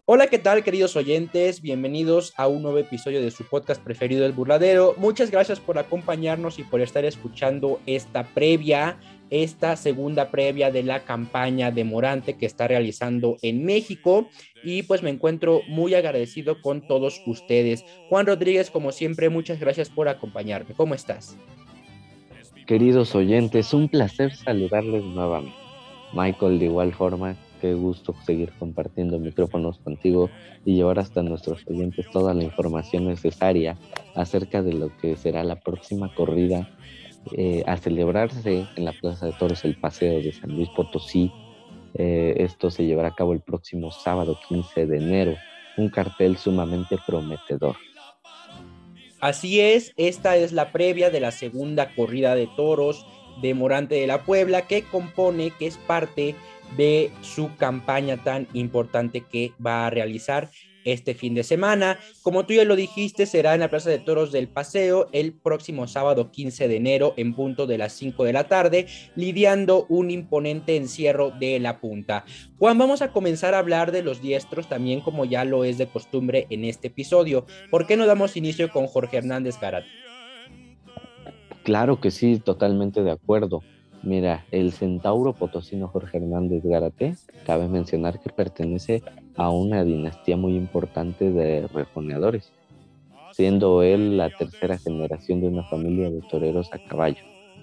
Hola, ¿qué tal, queridos oyentes? Bienvenidos a un nuevo episodio de su podcast preferido, El Burladero. Muchas gracias por acompañarnos y por estar escuchando esta segunda previa de la campaña de Morante que está realizando en México. Y pues me encuentro muy agradecido con todos ustedes. Juan Rodríguez, como siempre, muchas gracias por acompañarme. ¿Cómo estás? Queridos oyentes, un placer saludarles nuevamente. Michael, de igual forma, qué gusto seguir compartiendo micrófonos contigo y llevar hasta nuestros oyentes toda la información necesaria acerca de lo que será la próxima corrida a celebrarse en la Plaza de Toros El Paseo de San Luis Potosí. Esto se llevará a cabo el próximo sábado 15 de enero, un cartel sumamente prometedor. Así es, esta es la previa de la segunda corrida de toros de Morante de la Puebla, que es parte de su campaña tan importante que va a realizar este fin de semana. Como tú ya lo dijiste, será en la Plaza de Toros del Paseo el próximo sábado 15 de enero en punto de las 5 de la tarde, lidiando un imponente encierro de la punta. Juan, vamos a comenzar a hablar de los diestros también como ya lo es de costumbre en este episodio. ¿Por qué no damos inicio con Jorge Hernández Garat? Claro que sí, totalmente de acuerdo. Mira, el centauro potosino Jorge Hernández Garate, cabe mencionar que pertenece a una dinastía muy importante de rejoneadores, siendo él la tercera generación de una familia de toreros a caballo.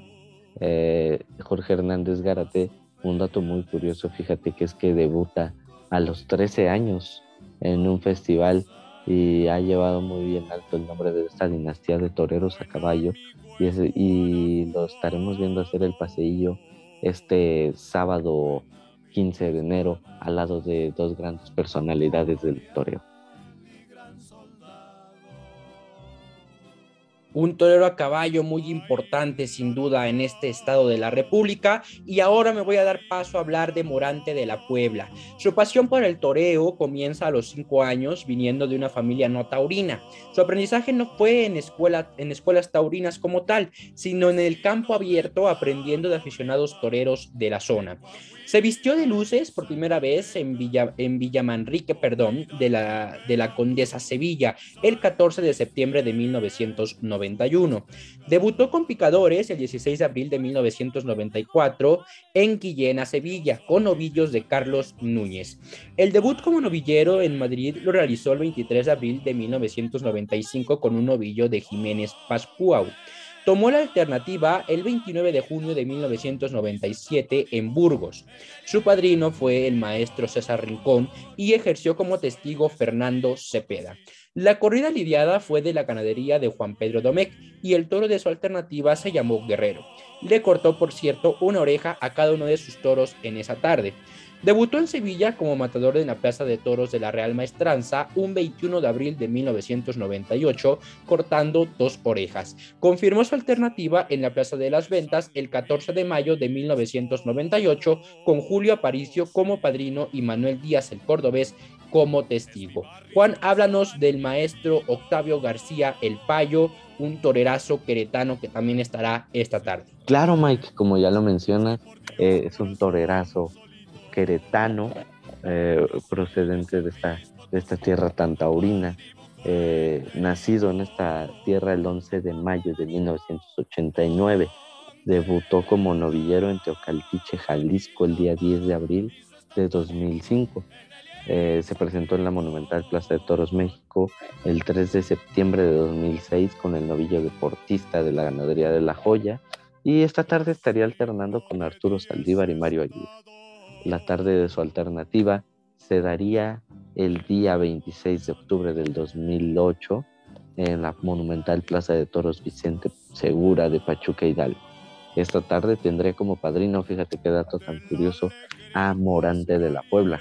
Jorge Hernández Garate, un dato muy curioso, fíjate que es que debuta a los 13 años en un festival y ha llevado muy bien alto el nombre de esta dinastía de toreros a caballo y lo estaremos viendo hacer el paseillo este sábado 15 de enero al lado de dos grandes personalidades del toreo. Un torero a caballo muy importante sin duda en este estado de la República. Y ahora me voy a dar paso a hablar de Morante de la Puebla. Su pasión por el toreo comienza a los 5 años viniendo de una familia no taurina. Su aprendizaje no fue en escuelas taurinas como tal, sino en el campo abierto aprendiendo de aficionados toreros de la zona. Se vistió de luces por primera vez en Villamanrique, perdón, de la Condesa Sevilla, el 14 de septiembre de 1991. Debutó con Picadores el 16 de abril de 1994 en Guillena, Sevilla, con novillos de Carlos Núñez. El debut como novillero en Madrid lo realizó el 23 de abril de 1995 con un novillo de Jiménez Pascual. Tomó la alternativa el 29 de junio de 1997 en Burgos. Su padrino fue el maestro César Rincón y ejerció como testigo Fernando Cepeda. La corrida lidiada fue de la ganadería de Juan Pedro Domecq y el toro de su alternativa se llamó Guerrero. Le cortó, por cierto, una oreja a cada uno de sus toros en esa tarde. Debutó en Sevilla como matador en la Plaza de Toros de la Real Maestranza un 21 de abril de 1998, cortando dos orejas. Confirmó su alternativa en la Plaza de las Ventas el 14 de mayo de 1998 con Julio Aparicio como padrino y Manuel Díaz el Cordobés como testigo. Juan, háblanos del maestro Octavio García El Payo, un torerazo queretano que también estará esta tarde. Claro, Mike, como ya lo mencionas, es un torerazo queretano, procedente de esta tierra tan taurina, nacido en esta tierra el 11 de mayo de 1989. Debutó como novillero en Teocaltiche, Jalisco, el día 10 de abril de 2005. Se presentó en la monumental Plaza de Toros México el 3 de septiembre de 2006 con el novillo deportista de la ganadería de La Joya, y esta tarde estaría alternando con Arturo Saldívar y Mario Aguirre. La tarde de su alternativa se daría el día 26 de octubre del 2008 en la monumental Plaza de Toros Vicente Segura de Pachuca Hidalgo. Esta tarde tendré como padrino, fíjate qué dato tan curioso, a Morante de la Puebla,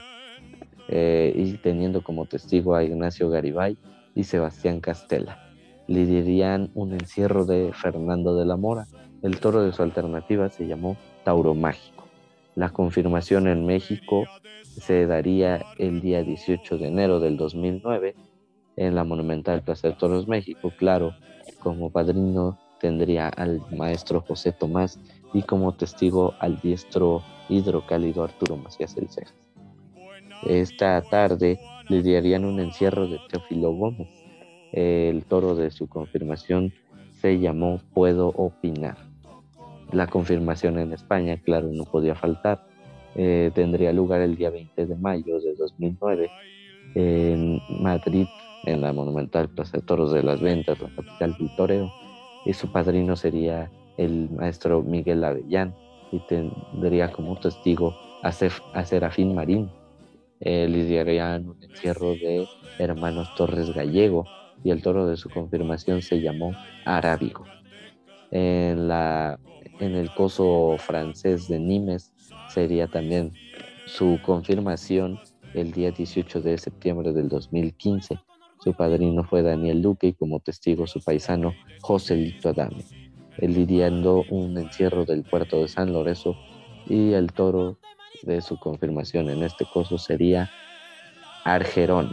y teniendo como testigo a Ignacio Garibay y Sebastián Castela. Lidiarían un encierro de Fernando de la Mora. El toro de su alternativa se llamó Tauro Mágico. La confirmación en México se daría el día 18 de enero del 2009 en la monumental Plaza de Toros México. Claro, como padrino tendría al maestro José Tomás y como testigo al diestro hidrocálido Arturo Macías El Cejas. Esta tarde lidiarían un encierro de Teófilo Gómez. El toro de su confirmación se llamó Puedo Opinar. La confirmación en España, claro, no podía faltar. Tendría lugar el día 20 de mayo de 2009 en Madrid, en la monumental Plaza de Toros de las Ventas, la capital del toreo, y su padrino sería el maestro Miguel Avellán, y tendría como testigo a Serafín Marín. Lidiarían un encierro de hermanos Torres Gallego, y el toro de su confirmación se llamó Arábigo. En, la, en el coso francés de Nimes sería también su confirmación el día 18 de septiembre del 2015. Su padrino fue Daniel Luque y como testigo su paisano Joselito Adame, lidiando un encierro del puerto de San Lorenzo, y el toro de su confirmación en este coso sería Argerón.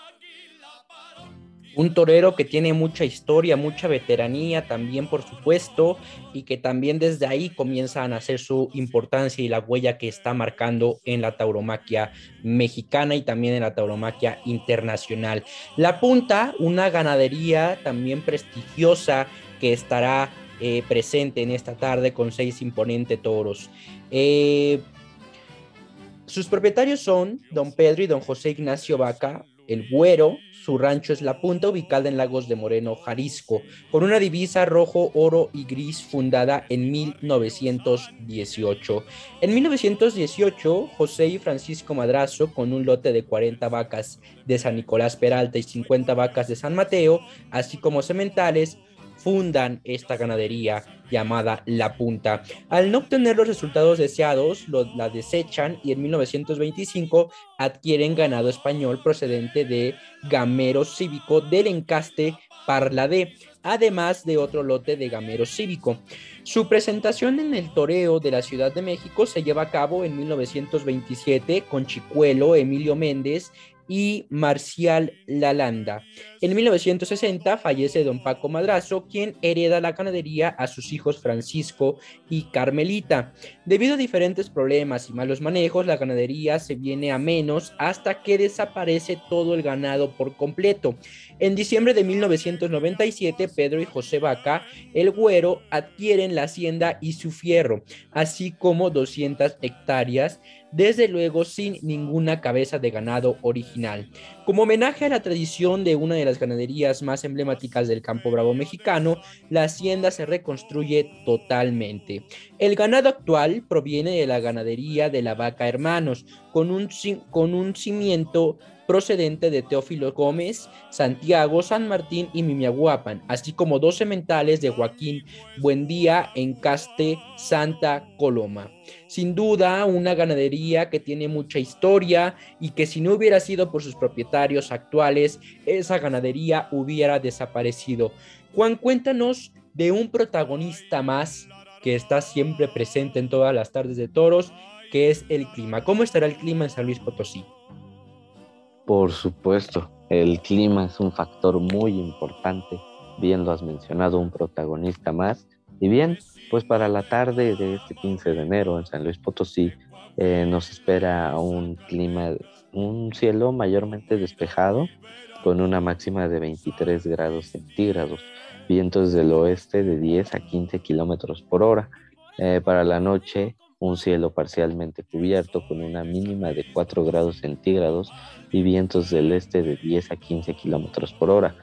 Un torero que tiene mucha historia, mucha veteranía también, por supuesto, y que también desde ahí comienza a nacer su importancia y la huella que está marcando en la tauromaquia mexicana y también en la tauromaquia internacional. La Punta, una ganadería también prestigiosa que estará presente en esta tarde con 6 imponentes toros. Sus propietarios son don Pedro y don José Ignacio Vaca, el Güero. Su rancho es La Punta, ubicada en Lagos de Moreno, Jalisco, con una divisa rojo, oro y gris fundada en 1918. En 1918, José y Francisco Madrazo, con un lote de 40 vacas de San Nicolás Peralta y 50 vacas de San Mateo, así como sementales, fundan esta ganadería llamada La Punta. Al no obtener los resultados deseados, la desechan y en 1925 adquieren ganado español procedente de Gamero Cívico del encaste Parladé, además de otro lote de Gamero Cívico. Su presentación en el toreo de la Ciudad de México se lleva a cabo en 1927 con Chicuelo, Emilio Méndez y Marcial Lalanda. En 1960 fallece don Paco Madrazo, quien hereda la ganadería a sus hijos Francisco y Carmelita. Debido a diferentes problemas y malos manejos, la ganadería se viene a menos hasta que desaparece todo el ganado por completo. En diciembre de 1997, Pedro y José Vaca, el Güero, adquieren la hacienda y su fierro, así como 200 hectáreas, desde luego sin ninguna cabeza de ganado original. Como homenaje a la tradición de una de las ganaderías más emblemáticas del campo bravo mexicano, la hacienda se reconstruye totalmente. El ganado actual proviene de la ganadería de la Vaca Hermanos, con un cimiento procedente de Teófilo Gómez, Santiago, San Martín y Mimiahuapan, así como 2 sementales de Joaquín Buendía en Caste, Santa Coloma. Sin duda, una ganadería que tiene mucha historia y que si no hubiera sido por sus propietarios actuales, esa ganadería hubiera desaparecido. Juan, cuéntanos de un protagonista más que está siempre presente en todas las tardes de toros, que es el clima. ¿Cómo estará el clima en San Luis Potosí? Por supuesto, el clima es un factor muy importante. Bien lo has mencionado, un protagonista más. Y bien, pues para la tarde de este 15 de enero en San Luis Potosí nos espera un clima, un cielo mayormente despejado con una máxima de 23 grados centígrados, vientos del oeste de 10 a 15 kilómetros por hora. Para la noche, un cielo parcialmente cubierto con una mínima de 4 grados centígrados y vientos del este de 10 a 15 kilómetros por hora.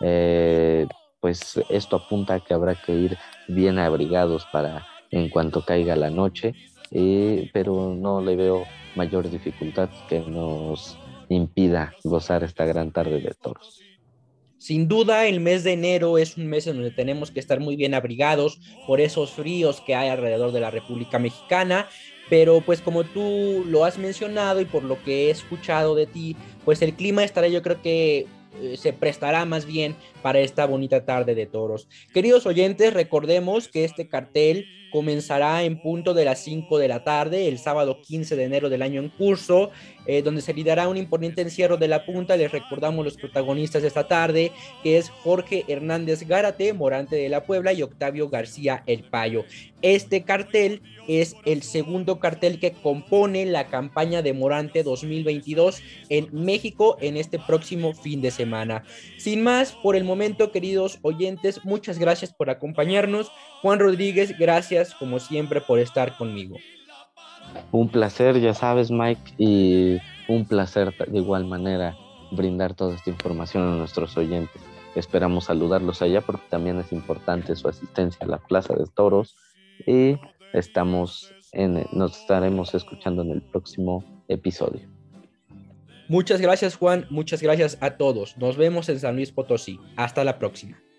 Pues esto apunta a que habrá que ir bien abrigados para en cuanto caiga la noche, pero no le veo mayor dificultad que nos impida gozar esta gran tarde de toros. Sin duda, el mes de enero es un mes en donde tenemos que estar muy bien abrigados por esos fríos que hay alrededor de la República Mexicana, pero pues como tú lo has mencionado y por lo que he escuchado de ti, pues el clima estará, yo creo que se prestará más bien para esta bonita tarde de toros. Queridos oyentes, recordemos que este cartel comenzará en punto de las 5 de la tarde, el sábado 15 de enero del año en curso, donde se lidará un imponente encierro de la punta. Les recordamos los protagonistas de esta tarde, que es Jorge Hernández Gárate, Morante de la Puebla, y Octavio García El Payo. Este cartel es el segundo cartel que compone la campaña de Morante 2022 en México en este próximo fin de semana. Sin más, por el momento, queridos oyentes, muchas gracias por acompañarnos. Juan Rodríguez, gracias como siempre por estar conmigo. Un placer, ya sabes, Mike, y un placer de igual manera brindar toda esta información a nuestros oyentes. Esperamos saludarlos allá porque también es importante su asistencia a la Plaza de Toros y nos estaremos escuchando en el próximo episodio. Muchas gracias, Juan. Muchas gracias a todos. Nos vemos en San Luis Potosí. Hasta la próxima.